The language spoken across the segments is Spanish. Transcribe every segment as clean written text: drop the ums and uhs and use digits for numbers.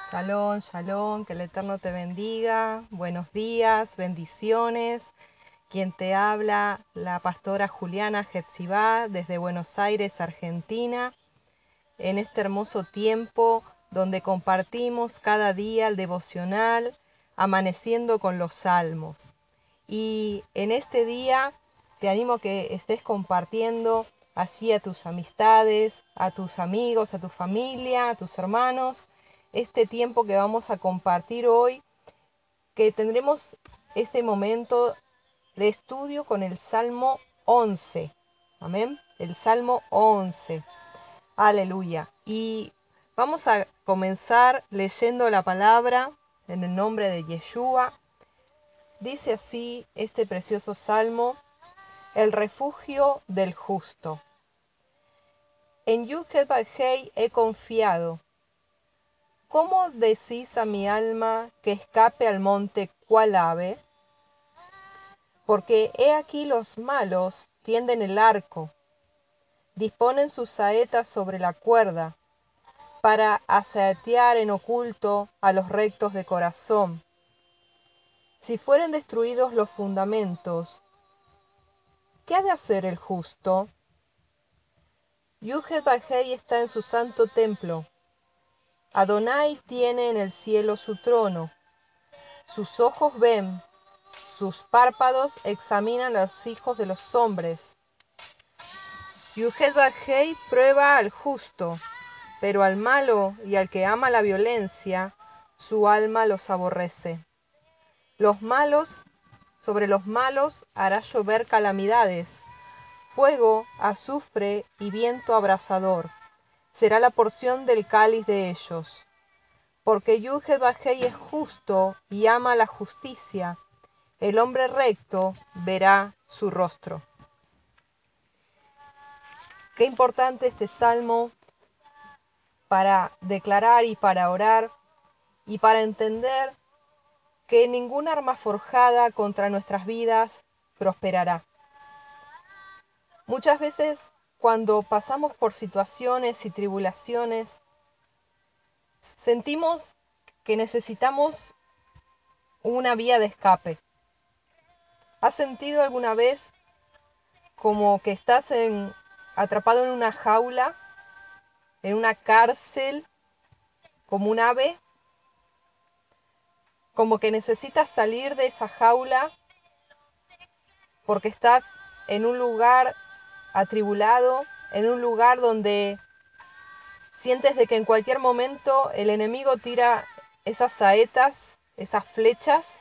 Shalom, shalom, que el Eterno te bendiga. Buenos días, bendiciones. Quien te habla, la pastora Juliana Jepsibá, desde Buenos Aires, Argentina, en este hermoso tiempo donde compartimos cada día el devocional, amaneciendo con los salmos. Y en este día te animo a que estés compartiendo así a tus amistades, a tus amigos, a tu familia, a tus hermanos, este tiempo que vamos a compartir hoy, que tendremos este momento de estudio con el Salmo 11. Amén. El Salmo 11. Aleluya. Y vamos a comenzar leyendo la palabra en el nombre de Yeshua. Dice así este precioso salmo: el refugio del justo. En Yud-Heh-Vah-Hei he confiado. ¿Cómo decís a mi alma que escape al monte cual ave? Porque he aquí los malos tienden el arco, disponen sus saetas sobre la cuerda, para asaetear en oculto a los rectos de corazón. Si fueren destruidos los fundamentos, ¿qué ha de hacer el justo? Yud-Heh-Vah-Hei está en su santo templo. Adonai tiene en el cielo su trono. Sus ojos ven, sus párpados examinan a los hijos de los hombres. Yud-Heh-Vah-Hei prueba al justo, pero al malo y al que ama la violencia, su alma los aborrece. Sobre los malos hará llover calamidades, fuego, azufre y viento abrasador. Será la porción del cáliz de ellos. Porque Yud-Heh-Vah-Hei es justo y ama la justicia, el hombre recto verá su rostro. Qué importante este salmo para declarar y para orar y para entender que ningún arma forjada contra nuestras vidas prosperará. Muchas veces cuando pasamos por situaciones y tribulaciones, sentimos que necesitamos una vía de escape. ¿Has sentido alguna vez como que estás atrapado en una jaula, en una cárcel, como un ave? Como que necesitas salir de esa jaula porque estás en un lugar atribulado, en un lugar donde sientes de que en cualquier momento el enemigo tira esas saetas, esas flechas.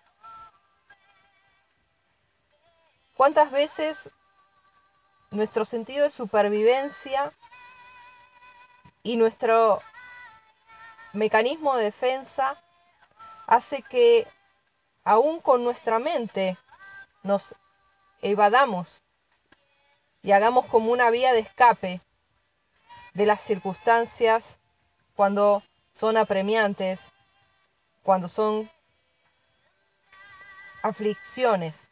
¿Cuántas veces nuestro sentido de supervivencia y nuestro mecanismo de defensa hace que aún con nuestra mente nos evadamos y hagamos como una vía de escape de las circunstancias cuando son apremiantes, cuando son aflicciones?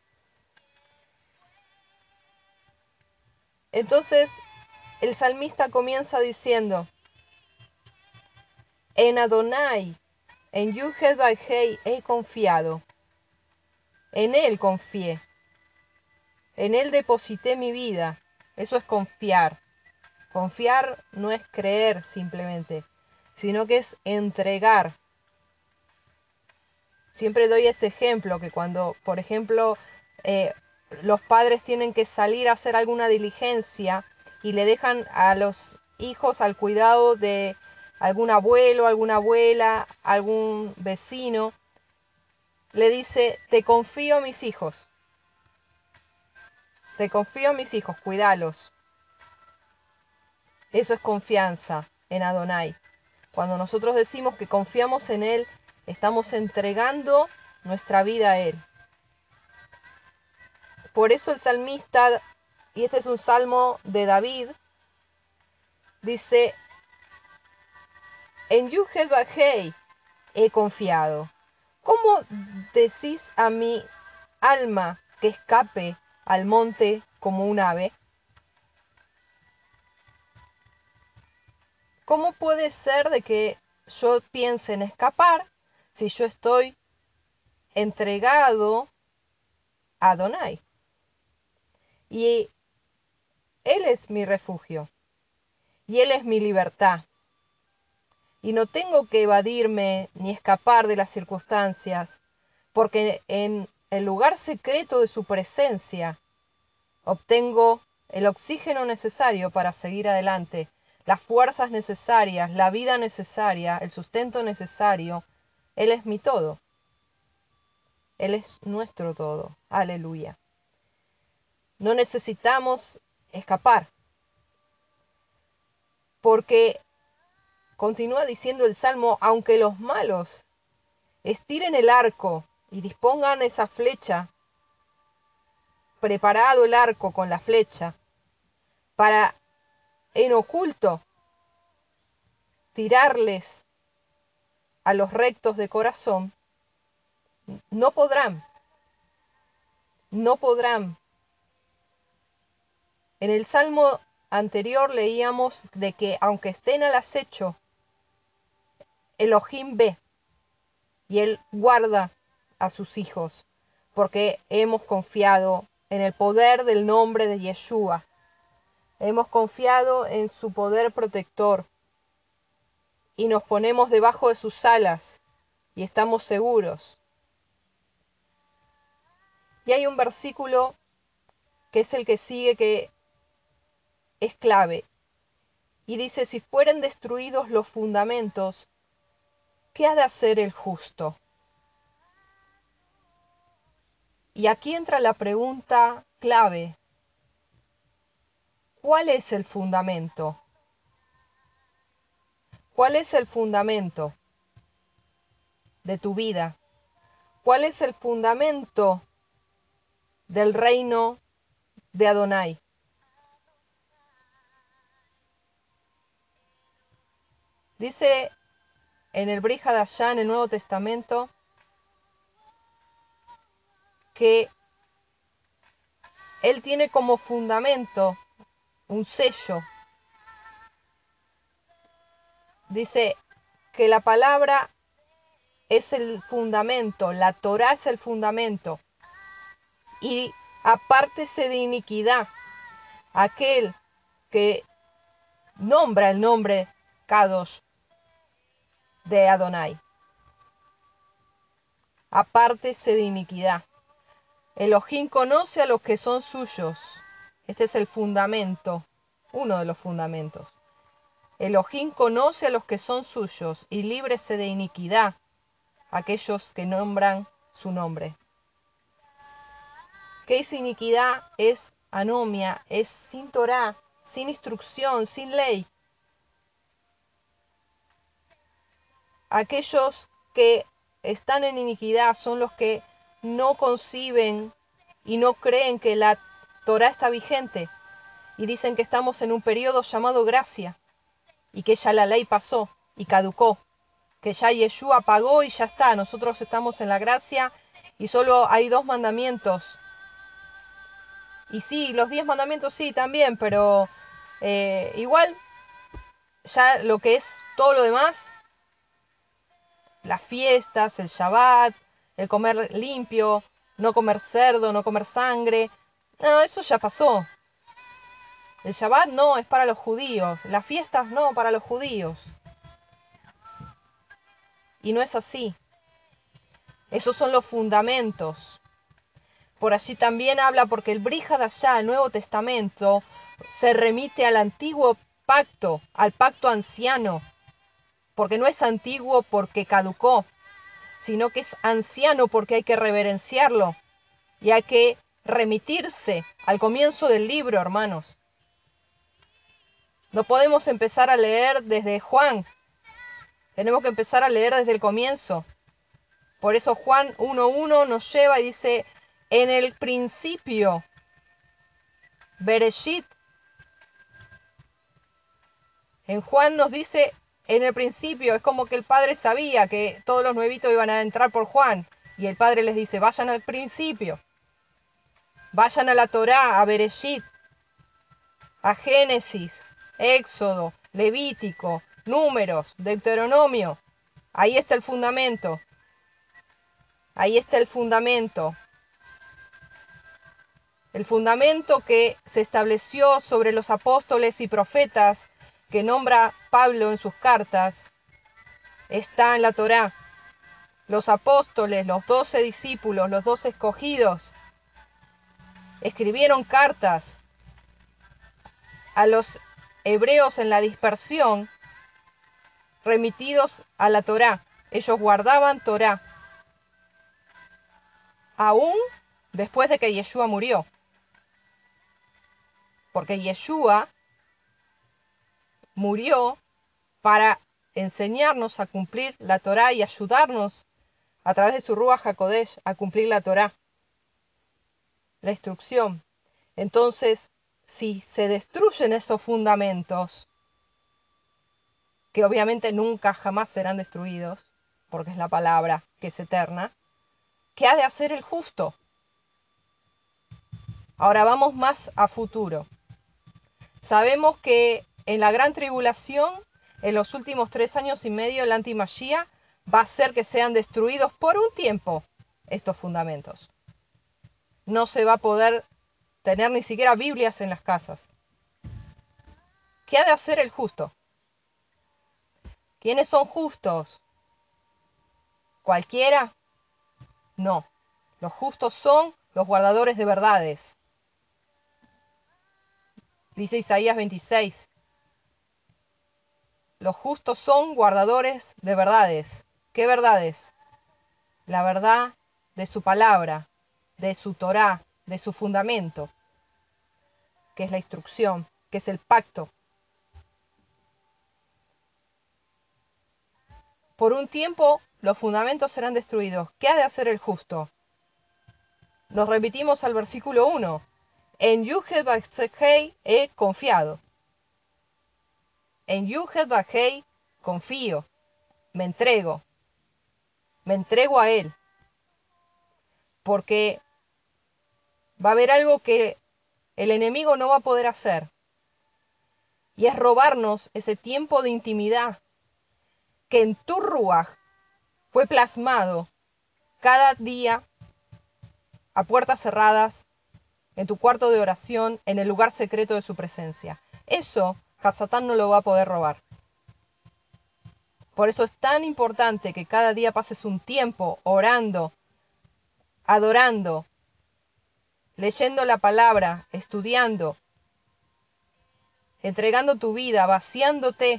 Entonces el salmista comienza diciendo: en Adonai, en Yud-Heh-Vah-Hei he confiado, en Él confié, en Él deposité mi vida. Eso es confiar. Confiar no es creer simplemente, sino que es entregar. Siempre doy ese ejemplo, que cuando, por ejemplo, los padres tienen que salir a hacer alguna diligencia y le dejan a los hijos al cuidado de algún abuelo, alguna abuela, algún vecino, le dice: te confío a mis hijos, te confío a mis hijos, cuídalos. Eso es confianza en Adonai. Cuando nosotros decimos que confiamos en Él, estamos entregando nuestra vida a Él. Por eso el salmista, y este es un salmo de David, dice: en Yud-Heh-Vah-Hei he confiado. ¿Cómo decís a mi alma que escape al monte como un ave? ¿Cómo puede ser de que yo piense en escapar si yo estoy entregado a Adonai. Y Él es mi refugio. Y Él es mi libertad. Y no tengo que evadirme ni escapar de las circunstancias, porque en el lugar secreto de su presencia obtengo el oxígeno necesario para seguir adelante, las fuerzas necesarias, la vida necesaria, el sustento necesario. Él es mi todo. Él es nuestro todo. Aleluya. No necesitamos escapar, porque continúa diciendo el Salmo, aunque los malos estiren el arco y dispongan esa flecha, preparado el arco con la flecha, para en oculto tirarles a los rectos de corazón, no podrán, no podrán. En el Salmo anterior leíamos de que aunque estén al acecho, Elohim ve y Él guarda a sus hijos, porque hemos confiado en el poder del nombre de Yeshua. Hemos confiado en su poder protector y nos ponemos debajo de sus alas y estamos seguros. Y hay un versículo que es el que sigue, que es clave. Y dice, si fueren destruidos los fundamentos, ¿qué ha de hacer el justo? Y aquí entra la pregunta clave. ¿Cuál es el fundamento? ¿Cuál es el fundamento de tu vida? ¿Cuál es el fundamento del reino de Adonai? Dice en el Brit Hadashah, en el Nuevo Testamento, que Él tiene como fundamento un sello. Dice que la palabra es el fundamento, la Torá es el fundamento. Y apártese de iniquidad aquel que nombra el nombre Kadosh de Adonai. Apártese de iniquidad. Elohim conoce a los que son suyos. Este es el fundamento, uno de los fundamentos. Elohim conoce a los que son suyos y líbrese de iniquidad aquellos que nombran su nombre. ¿Qué es iniquidad? Es anomia, es sin Torah, sin instrucción, sin ley. Aquellos que están en iniquidad son los que no conciben y no creen que la Torah está vigente y dicen que estamos en un periodo llamado gracia y que ya la ley pasó y caducó, que ya Yeshua pagó y ya está, nosotros estamos en la gracia y solo hay 2 mandamientos. Y sí, los 10 mandamientos sí también, pero igual ya lo que es todo lo demás, las fiestas, el Shabbat, el comer limpio, no comer cerdo, no comer sangre, no, eso ya pasó. El Shabbat no, es para los judíos, las fiestas no, para los judíos. Y no es así. Esos son los fundamentos. Por allí también habla porque el Brit Hadashah, el Nuevo Testamento, se remite al antiguo pacto, al pacto anciano, porque no es antiguo porque caducó, sino que es anciano porque hay que reverenciarlo y hay que remitirse al comienzo del libro, hermanos. No podemos empezar a leer desde Juan, tenemos que empezar a leer desde el comienzo. Por eso Juan 1.1 nos lleva y dice, en el principio, Bereshit. En Juan nos dice, en el principio, es como que el Padre sabía que todos los nuevitos iban a entrar por Juan. Y el Padre les dice, vayan al principio. Vayan a la Torá, a Bereshit, a Génesis, Éxodo, Levítico, Números, Deuteronomio. Ahí está el fundamento. Ahí está el fundamento. El fundamento que se estableció sobre los apóstoles y profetas que nombra Pablo en sus cartas está en la Torá. Los apóstoles, los 12 discípulos, los 12 escogidos, escribieron cartas a los hebreos en la dispersión remitidos a la Torá. Ellos guardaban Torá, aún después de que Yeshua murió. Porque Yeshua murió para enseñarnos a cumplir la Torá y ayudarnos a través de su Ruach HaKodesh a cumplir la Torá, la instrucción. Entonces, si se destruyen esos fundamentos, que obviamente nunca jamás serán destruidos, porque es la palabra que es eterna, ¿qué ha de hacer el justo? Ahora vamos más a futuro. Sabemos que en la gran tribulación, en los últimos 3 años y medio, el anti-Mashiach va a hacer que sean destruidos por un tiempo estos fundamentos. No se va a poder tener ni siquiera Biblias en las casas. ¿Qué ha de hacer el justo? ¿Quiénes son justos? ¿Cualquiera? No. Los justos son los guardadores de verdades. Dice Isaías 26. Los justos son guardadores de verdades. ¿Qué verdades? La verdad de su palabra, de su Torá, de su fundamento, que es la instrucción, que es el pacto. Por un tiempo los fundamentos serán destruidos. ¿Qué ha de hacer el justo? Nos remitimos al versículo 1. En Yuhet Bajei he confiado. En Yuhet Bajei confío. Me entrego. Me entrego a Él. Porque va a haber algo que el enemigo no va a poder hacer. Y es robarnos ese tiempo de intimidad que en tu Ruach fue plasmado cada día a puertas cerradas, en tu cuarto de oración, en el lugar secreto de su presencia. Eso Hasatán no lo va a poder robar. Por eso es tan importante que cada día pases un tiempo orando, adorando, leyendo la palabra, estudiando, entregando tu vida, vaciándote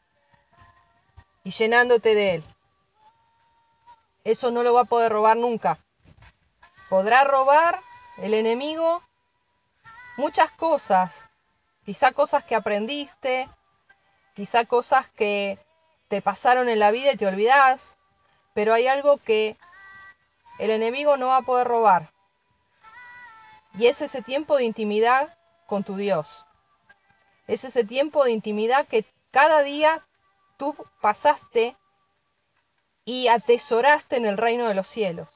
y llenándote de Él. Eso no lo va a poder robar nunca. Podrá robar el enemigo muchas cosas, quizá cosas que aprendiste, quizá cosas que te pasaron en la vida y te olvidás, pero hay algo que el enemigo no va a poder robar. Y es ese tiempo de intimidad con tu Dios. Es ese tiempo de intimidad que cada día tú pasaste y atesoraste en el reino de los cielos.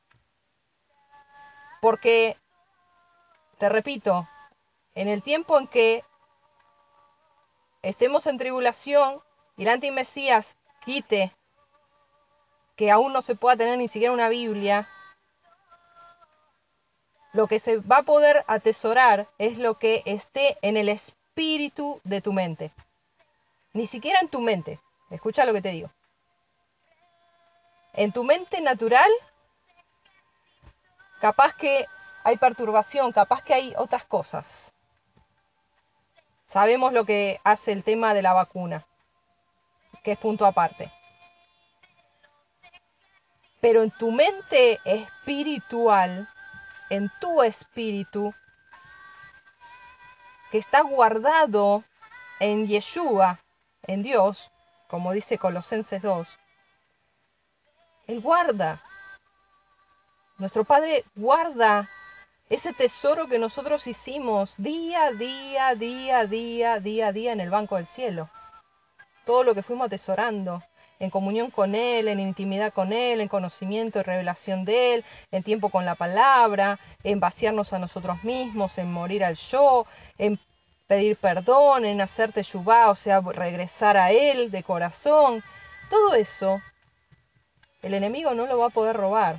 Porque, te repito, en el tiempo en que estemos en tribulación y el antimesías quite que aún no se pueda tener ni siquiera una Biblia, lo que se va a poder atesorar es lo que esté en el espíritu de tu mente. Ni siquiera en tu mente. Escucha lo que te digo. En tu mente natural, capaz que hay perturbación, capaz que hay otras cosas. Sabemos lo que hace el tema de la vacuna, que es punto aparte. Pero en tu mente espiritual, en tu espíritu, que está guardado en Yeshua, en Dios, como dice Colosenses 2, Él guarda. Nuestro Padre guarda ese tesoro que nosotros hicimos día a día, día a día, día a día en el banco del cielo. Todo lo que fuimos atesorando en comunión con Él, en intimidad con Él, en conocimiento y revelación de Él, en tiempo con la palabra, en vaciarnos a nosotros mismos, en morir al yo, en pedir perdón, en hacer teshuvá, o sea, regresar a Él de corazón. Todo eso, el enemigo no lo va a poder robar.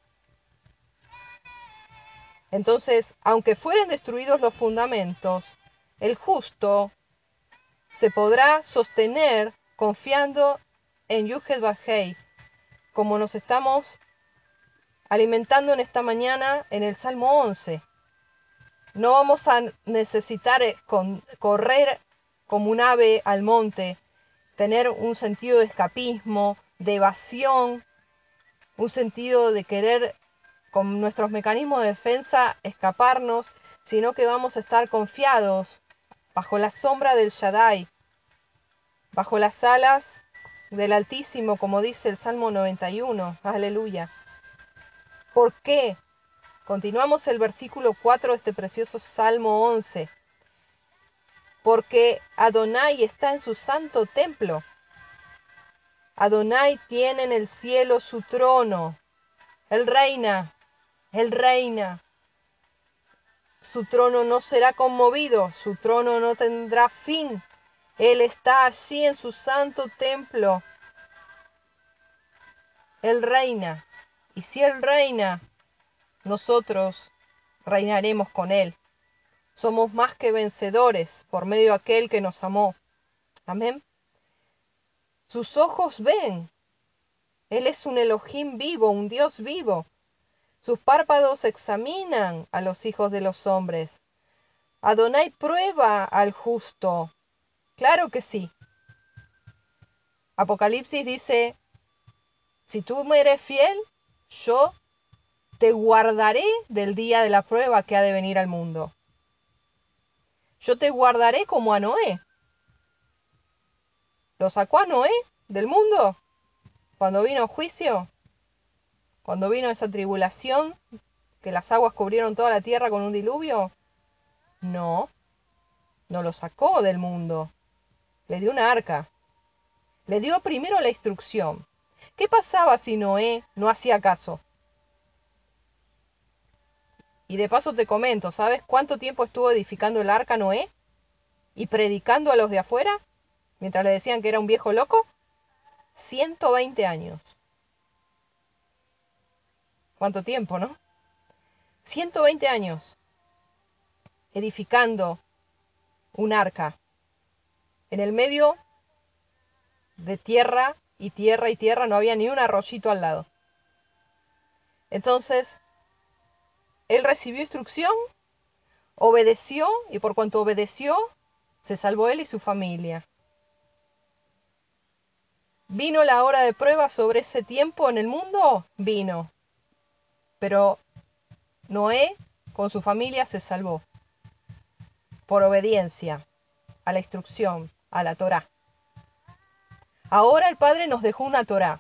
Entonces, aunque fueren destruidos los fundamentos, el justo se podrá sostener confiando en Yuhet Bajei, como nos estamos alimentando en esta mañana en el Salmo 11. No vamos a necesitar correr como un ave al monte, tener un sentido de escapismo, de evasión, un sentido de querer con nuestros mecanismos de defensa escaparnos, sino que vamos a estar confiados bajo la sombra del Shaddai, bajo las alas del Altísimo, como dice el Salmo 91. Aleluya. ¿Por qué? Continuamos el versículo 4 de este precioso Salmo 11. Porque Adonai está en su santo templo. Adonai tiene en el cielo su trono. Él reina, Él reina. Su trono no será conmovido, su trono no tendrá fin. Él está allí en su santo templo. Él reina. Y si Él reina, nosotros reinaremos con Él. Somos más que vencedores por medio de aquel que nos amó. Amén. Sus ojos ven. Él es un Elohim vivo, un Dios vivo. Sus párpados examinan a los hijos de los hombres. Adonai prueba al justo. Claro que sí. Apocalipsis dice, si tú me eres fiel, yo te guardaré del día de la prueba que ha de venir al mundo. Yo te guardaré como a Noé. ¿Lo sacó a Noé del mundo? Cuando vino juicio, cuando vino esa tribulación, que las aguas cubrieron toda la tierra con un diluvio. No, no lo sacó del mundo. Le dio una arca. Le dio primero la instrucción. ¿Qué pasaba si Noé no hacía caso? Y de paso te comento, ¿sabes cuánto tiempo estuvo edificando el arca Noé? ¿Y predicando a los de afuera? Mientras le decían que era un viejo loco. 120 años. ¿Cuánto tiempo, no? 120 años edificando un arca. En el medio de tierra y tierra y tierra no había ni un arroyito al lado. Entonces, él recibió instrucción, obedeció y por cuanto obedeció, se salvó él y su familia. ¿Vino la hora de prueba sobre ese tiempo en el mundo? Vino. Pero Noé con su familia se salvó por obediencia a la instrucción, a la Torá. Ahora el Padre nos dejó una Torá,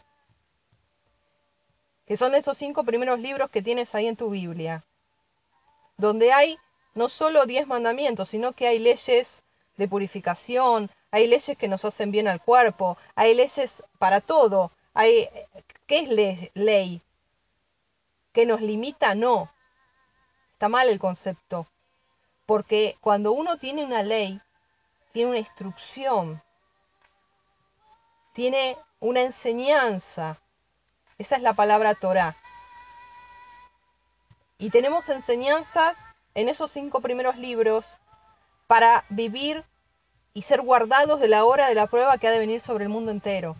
que son esos 5 primeros libros que tienes ahí en tu Biblia, donde hay no solo 10 mandamientos, sino que hay leyes de purificación, hay leyes que nos hacen bien al cuerpo, hay leyes para todo. ¿Qué es ley? ¿Que nos limita? No. Está mal el concepto. Porque cuando uno tiene una ley, tiene una instrucción, tiene una enseñanza. Esa es la palabra Torá. Y tenemos enseñanzas en esos 5 primeros libros para vivir y ser guardados de la hora de la prueba que ha de venir sobre el mundo entero.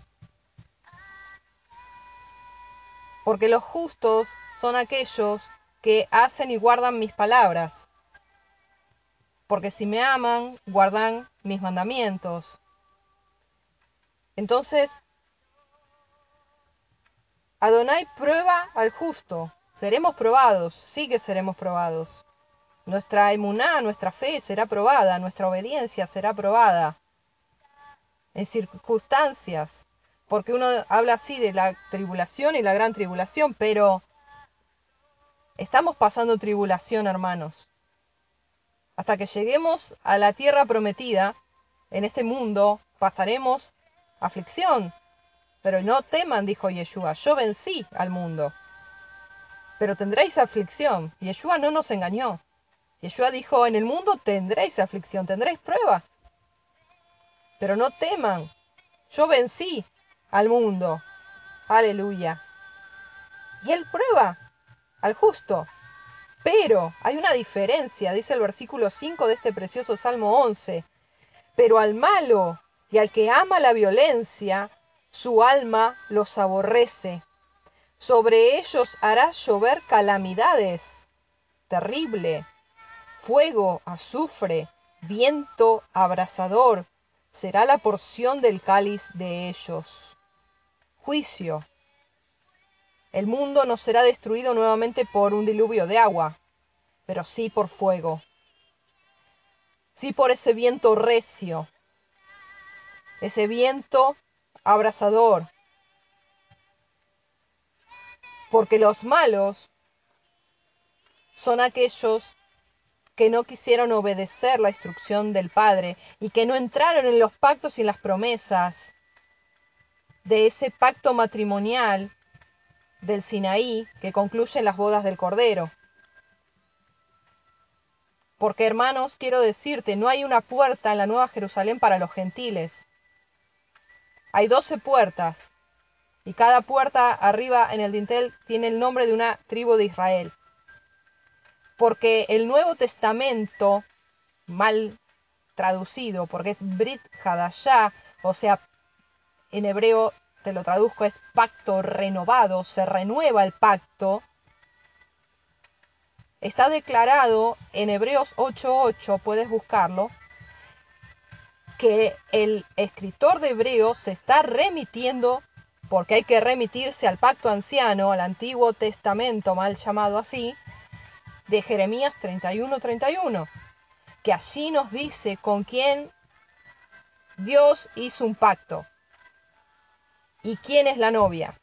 Porque los justos son aquellos que hacen y guardan mis palabras. Porque si me aman, guardan mis mandamientos. Entonces, Adonai prueba al justo. Seremos probados, sí que seremos probados. Nuestra emuná, nuestra fe será probada, nuestra obediencia será probada. En circunstancias. Porque uno habla así de la tribulación y la gran tribulación, pero estamos pasando tribulación, hermanos. Hasta que lleguemos a la tierra prometida, en este mundo pasaremos aflicción. Pero no teman, dijo Yeshua, yo vencí al mundo. Pero tendréis aflicción. Yeshua no nos engañó. Yeshua dijo, en el mundo tendréis aflicción, tendréis pruebas, pero no teman, yo vencí al mundo. Aleluya. Y él prueba al justo. Pero hay una diferencia, dice el versículo 5 de este precioso Salmo 11. Pero al malo y al que ama la violencia, su alma los aborrece. Sobre ellos harás llover calamidades. Terrible. Fuego, azufre, viento abrasador. Será la porción del cáliz de ellos. Juicio. El mundo no será destruido nuevamente por un diluvio de agua, pero sí por fuego. Sí por ese viento recio, ese viento abrasador. Porque los malos son aquellos que no quisieron obedecer la instrucción del Padre y que no entraron en los pactos y las promesas de ese pacto matrimonial del Sinaí que concluye en las bodas del Cordero. Porque, hermanos, quiero decirte, no hay una puerta en la Nueva Jerusalén para los gentiles. Hay 12 puertas y cada puerta arriba en el dintel tiene el nombre de una tribu de Israel. Porque el Nuevo Testamento, mal traducido, porque es Brit Hadashah, o sea, en hebreo te lo traduzco, es pacto renovado, se renueva el pacto. Está declarado en Hebreos 8:8, puedes buscarlo, que el escritor de Hebreos se está remitiendo, porque hay que remitirse al pacto anciano, al Antiguo Testamento, mal llamado así, de Jeremías 31:31, que allí nos dice con quién Dios hizo un pacto y quién es la novia.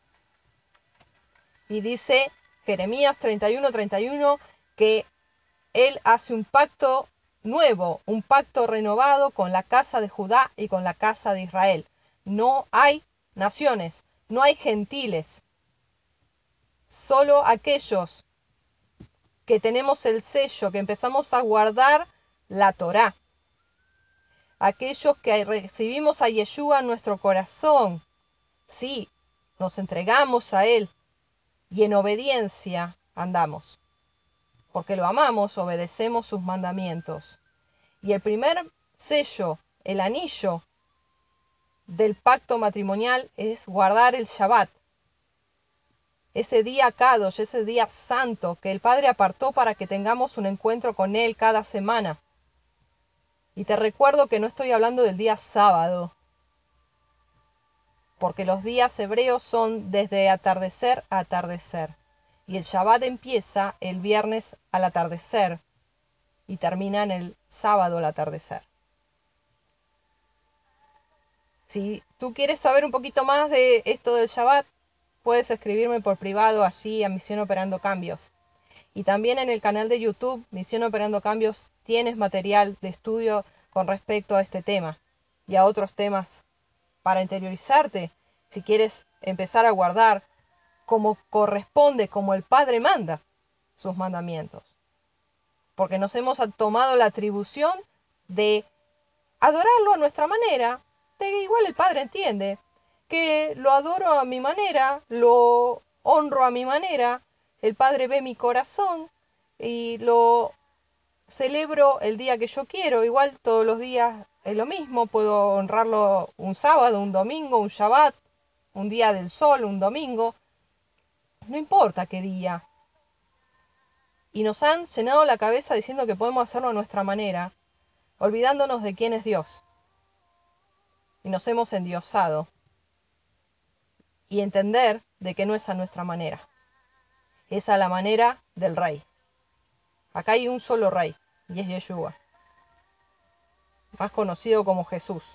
Y dice Jeremías 31:31 que Él hace un pacto nuevo, un pacto renovado con la casa de Judá y con la casa de Israel. No hay naciones, no hay gentiles, solo aquellos que tenemos el sello, que empezamos a guardar la Torá, aquellos que recibimos a Yeshua en nuestro corazón, sí, nos entregamos a Él y en obediencia andamos. Porque lo amamos, obedecemos sus mandamientos. Y el primer sello, el anillo del pacto matrimonial es guardar el Shabbat. Ese día Kadosh, ese día santo que el Padre apartó para que tengamos un encuentro con Él cada semana. Y te recuerdo que no estoy hablando del día sábado, porque los días hebreos son desde atardecer a atardecer. Y el Shabbat empieza el viernes al atardecer y termina en el sábado al atardecer. Si tú quieres saber un poquito más de esto del Shabbat, puedes escribirme por privado allí a Misión Operando Cambios. Y también en el canal de YouTube, Misión Operando Cambios, tienes material de estudio con respecto a este tema y a otros temas para interiorizarte, si quieres empezar a guardar como corresponde, como el Padre manda sus mandamientos. Porque nos hemos tomado la atribución de adorarlo a nuestra manera, de que igual el Padre entiende que lo adoro a mi manera, lo honro a mi manera, el Padre ve mi corazón y lo celebro el día que yo quiero, igual todos los días es lo mismo, puedo honrarlo un sábado, un domingo, un Shabbat, un día del sol, un domingo, no importa qué día. Y nos han llenado la cabeza diciendo que podemos hacerlo a nuestra manera, olvidándonos de quién es Dios. Y nos hemos endiosado. Y entender de que no es a nuestra manera. Es a la manera del Rey. Acá hay un solo Rey, y es Yeshua. Más conocido como Jesús.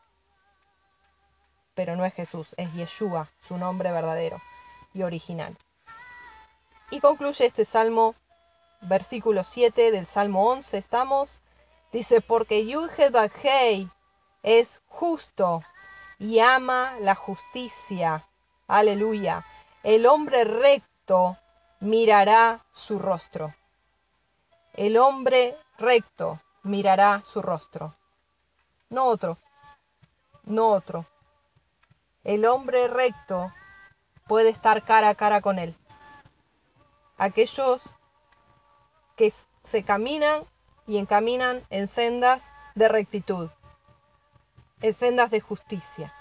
Pero no es Jesús, es Yeshua, su nombre verdadero y original. Y concluye este Salmo, versículo 7 del Salmo 11, estamos. Dice, porque Yud-Heh-Vav-Hei es justo y ama la justicia. Aleluya. El hombre recto mirará su rostro. El hombre recto mirará su rostro. No otro, no otro. El hombre recto puede estar cara a cara con él. Aquellos que se caminan y encaminan en sendas de rectitud, en sendas de justicia.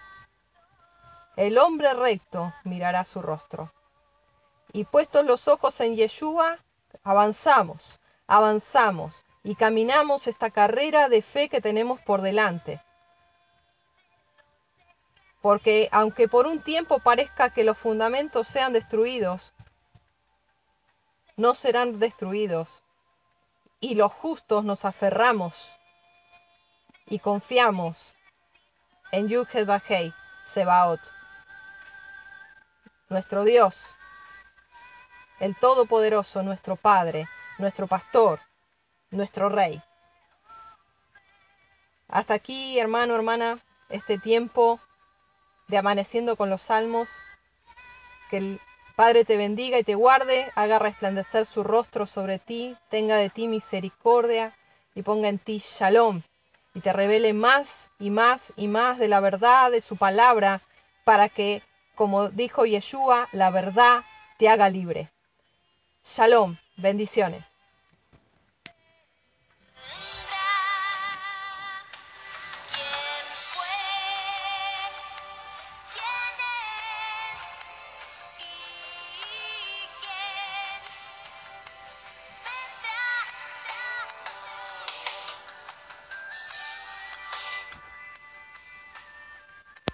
El hombre recto mirará su rostro. Y puestos los ojos en Yeshua, avanzamos, avanzamos y caminamos esta carrera de fe que tenemos por delante. Porque aunque por un tiempo parezca que los fundamentos sean destruidos, no serán destruidos. Y los justos nos aferramos y confiamos en Yud-Heh-Vah-Hei, Sebaot, nuestro Dios, el Todopoderoso, nuestro Padre, nuestro Pastor, nuestro Rey. Hasta aquí, hermano, hermana, este tiempo de amaneciendo con los salmos. Que el Padre te bendiga y te guarde, haga resplandecer su rostro sobre ti, tenga de ti misericordia y ponga en ti shalom, y te revele más y más y más de la verdad de su palabra, para que, como dijo Yeshua, la verdad te haga libre. Shalom, bendiciones.